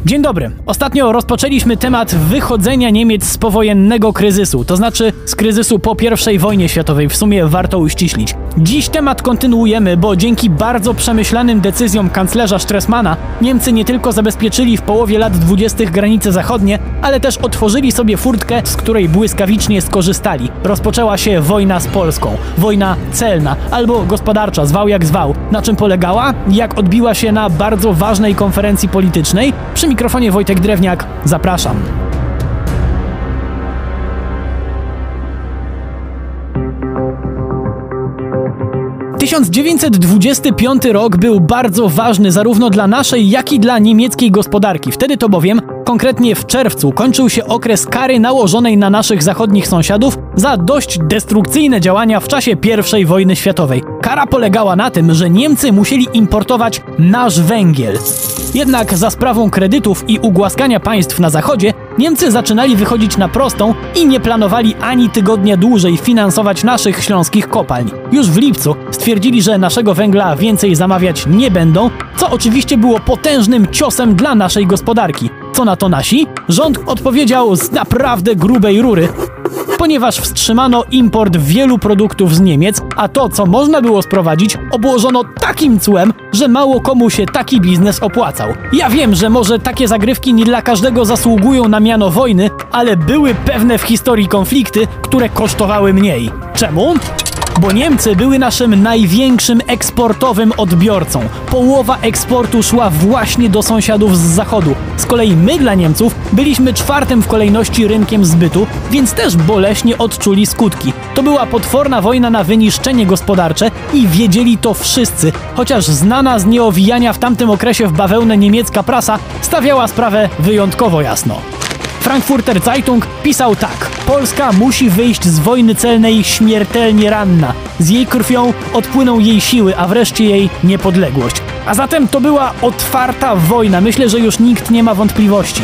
Dzień dobry. Ostatnio rozpoczęliśmy temat wychodzenia Niemiec z powojennego kryzysu, to znaczy z kryzysu po I wojnie światowej, w sumie warto uściślić. Dziś temat kontynuujemy, bo dzięki bardzo przemyślanym decyzjom kanclerza Stresemana Niemcy nie tylko zabezpieczyli w połowie lat 20. granice zachodnie, ale też otworzyli sobie furtkę, z której błyskawicznie skorzystali. Rozpoczęła się wojna z Polską. Wojna celna albo gospodarcza, zwał jak zwał. Na czym polegała? Jak odbiła się na bardzo ważnej konferencji politycznej? Przy mikrofonie Wojtek Drewniak, zapraszam. – 1925 rok był bardzo ważny zarówno dla naszej, jak i dla niemieckiej gospodarki. Wtedy to bowiem, konkretnie w czerwcu, kończył się okres kary nałożonej na naszych zachodnich sąsiadów za dość destrukcyjne działania w czasie I wojny światowej. Kara polegała na tym, że Niemcy musieli importować nasz węgiel. Jednak za sprawą kredytów i ugłaskania państw na zachodzie, Niemcy zaczynali wychodzić na prostą i nie planowali ani tygodnia dłużej finansować naszych śląskich kopalń. Już w lipcu stwierdzili, że naszego węgla więcej zamawiać nie będą, co oczywiście było potężnym ciosem dla naszej gospodarki. Co na to nasi? Rząd odpowiedział z naprawdę grubej rury, ponieważ wstrzymano import wielu produktów z Niemiec, a to, co można było sprowadzić, obłożono takim cłem, że mało komu się taki biznes opłacał. Ja wiem, że może takie zagrywki nie dla każdego zasługują na miano wojny, ale były pewne w historii konflikty, które kosztowały mniej. Czemu? Bo Niemcy były naszym największym eksportowym odbiorcą. Połowa eksportu szła właśnie do sąsiadów z zachodu. Z kolei my dla Niemców byliśmy czwartym w kolejności rynkiem zbytu, więc też boleśnie odczuli skutki. To była potworna wojna na wyniszczenie gospodarcze i wiedzieli to wszyscy, chociaż znana z nieowijania w tamtym okresie w bawełnę niemiecka prasa stawiała sprawę wyjątkowo jasno. Frankfurter Zeitung pisał tak: Polska musi wyjść z wojny celnej śmiertelnie ranna. Z jej krwią odpłyną jej siły, a wreszcie jej niepodległość. A zatem to była otwarta wojna. Myślę, że już nikt nie ma wątpliwości.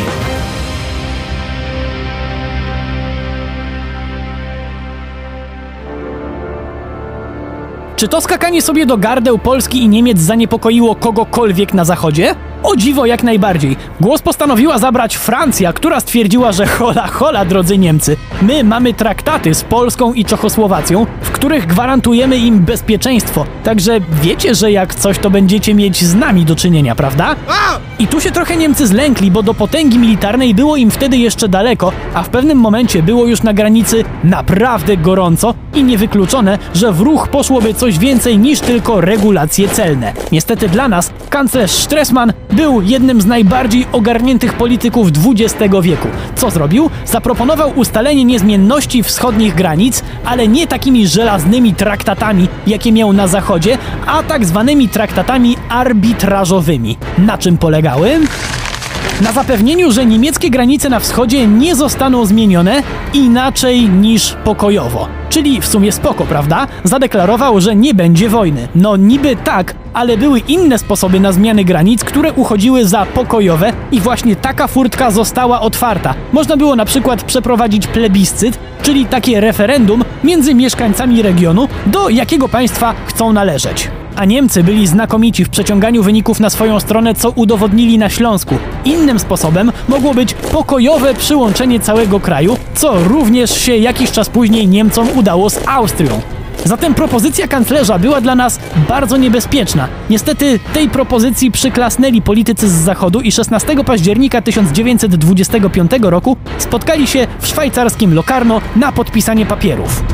Czy to skakanie sobie do gardeł Polski i Niemiec zaniepokoiło kogokolwiek na zachodzie? O dziwo, jak najbardziej. Głos postanowiła zabrać Francja, która stwierdziła, że hola, drodzy Niemcy, my mamy traktaty z Polską i Czechosłowacją, w których gwarantujemy im bezpieczeństwo. Także wiecie, że jak coś, to będziecie mieć z nami do czynienia, prawda? I tu się trochę Niemcy zlękli, bo do potęgi militarnej było im wtedy jeszcze daleko, a w pewnym momencie było już na granicy naprawdę gorąco i niewykluczone, że w ruch poszłoby coś więcej niż tylko regulacje celne. Niestety dla nas kanclerz Stresemann był jednym z najbardziej ogarniętych polityków XX wieku. Co zrobił? Zaproponował ustalenie niezmienności wschodnich granic, ale nie takimi żelaznymi traktatami, jakie miał na zachodzie, a tak zwanymi traktatami arbitrażowymi. Na czym polegały? Na zapewnieniu, że niemieckie granice na wschodzie nie zostaną zmienione inaczej niż pokojowo. Czyli w sumie spoko, prawda? Zadeklarował, że nie będzie wojny. No niby tak, ale były inne sposoby na zmiany granic, które uchodziły za pokojowe i właśnie taka furtka została otwarta. Można było na przykład przeprowadzić plebiscyt, czyli takie referendum między mieszkańcami regionu, do jakiego państwa chcą należeć. A Niemcy byli znakomici w przeciąganiu wyników na swoją stronę, co udowodnili na Śląsku. Innym sposobem mogło być pokojowe przyłączenie całego kraju, co również się jakiś czas później Niemcom udało z Austrią. Zatem propozycja kanclerza była dla nas bardzo niebezpieczna. Niestety tej propozycji przyklasnęli politycy z zachodu i 16 października 1925 roku spotkali się w szwajcarskim Locarno na podpisanie papierów.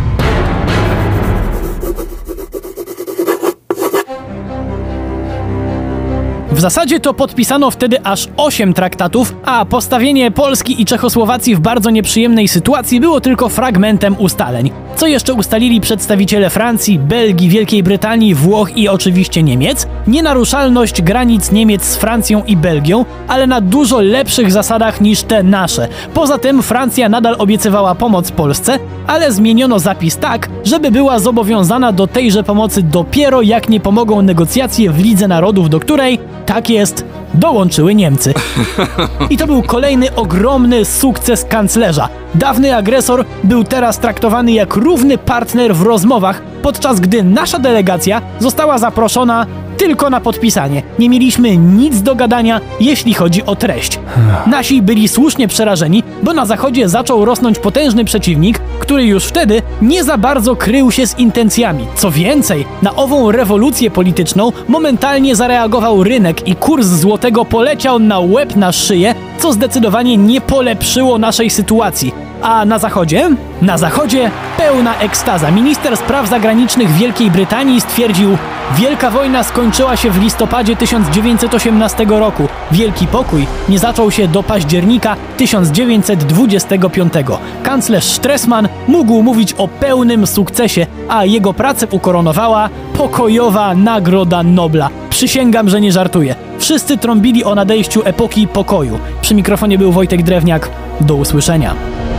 W zasadzie to podpisano wtedy aż 8 traktatów, a postawienie Polski i Czechosłowacji w bardzo nieprzyjemnej sytuacji było tylko fragmentem ustaleń. Co jeszcze ustalili przedstawiciele Francji, Belgii, Wielkiej Brytanii, Włoch i oczywiście Niemiec? Nienaruszalność granic Niemiec z Francją i Belgią, ale na dużo lepszych zasadach niż te nasze. Poza tym Francja nadal obiecywała pomoc Polsce, ale zmieniono zapis tak, żeby była zobowiązana do tejże pomocy dopiero jak nie pomogą negocjacje w Lidze Narodów, do której, tak jest, dołączyły Niemcy. I to był kolejny ogromny sukces kanclerza. Dawny agresor był teraz traktowany jak równy partner w rozmowach, podczas gdy nasza delegacja została zaproszona tylko na podpisanie. Nie mieliśmy nic do gadania, jeśli chodzi o treść. Nasi byli słusznie przerażeni, bo na Zachodzie zaczął rosnąć potężny przeciwnik, który już wtedy nie za bardzo krył się z intencjami. Co więcej, na ową rewolucję polityczną momentalnie zareagował rynek i kurs złotego poleciał na łeb na szyję, co zdecydowanie nie polepszyło naszej sytuacji. A na Zachodzie? Na Zachodzie pełna ekstaza. Minister spraw zagranicznych Wielkiej Brytanii stwierdził: Wielka wojna skończyła się w listopadzie 1918 roku. Wielki pokój nie zaczął się do października 1925. Kanclerz Stresemann mógł mówić o pełnym sukcesie, a jego pracę ukoronowała pokojowa Nagroda Nobla. Przysięgam, że nie żartuję. Wszyscy trąbili o nadejściu epoki pokoju. Przy mikrofonie był Wojtek Drewniak. Do usłyszenia.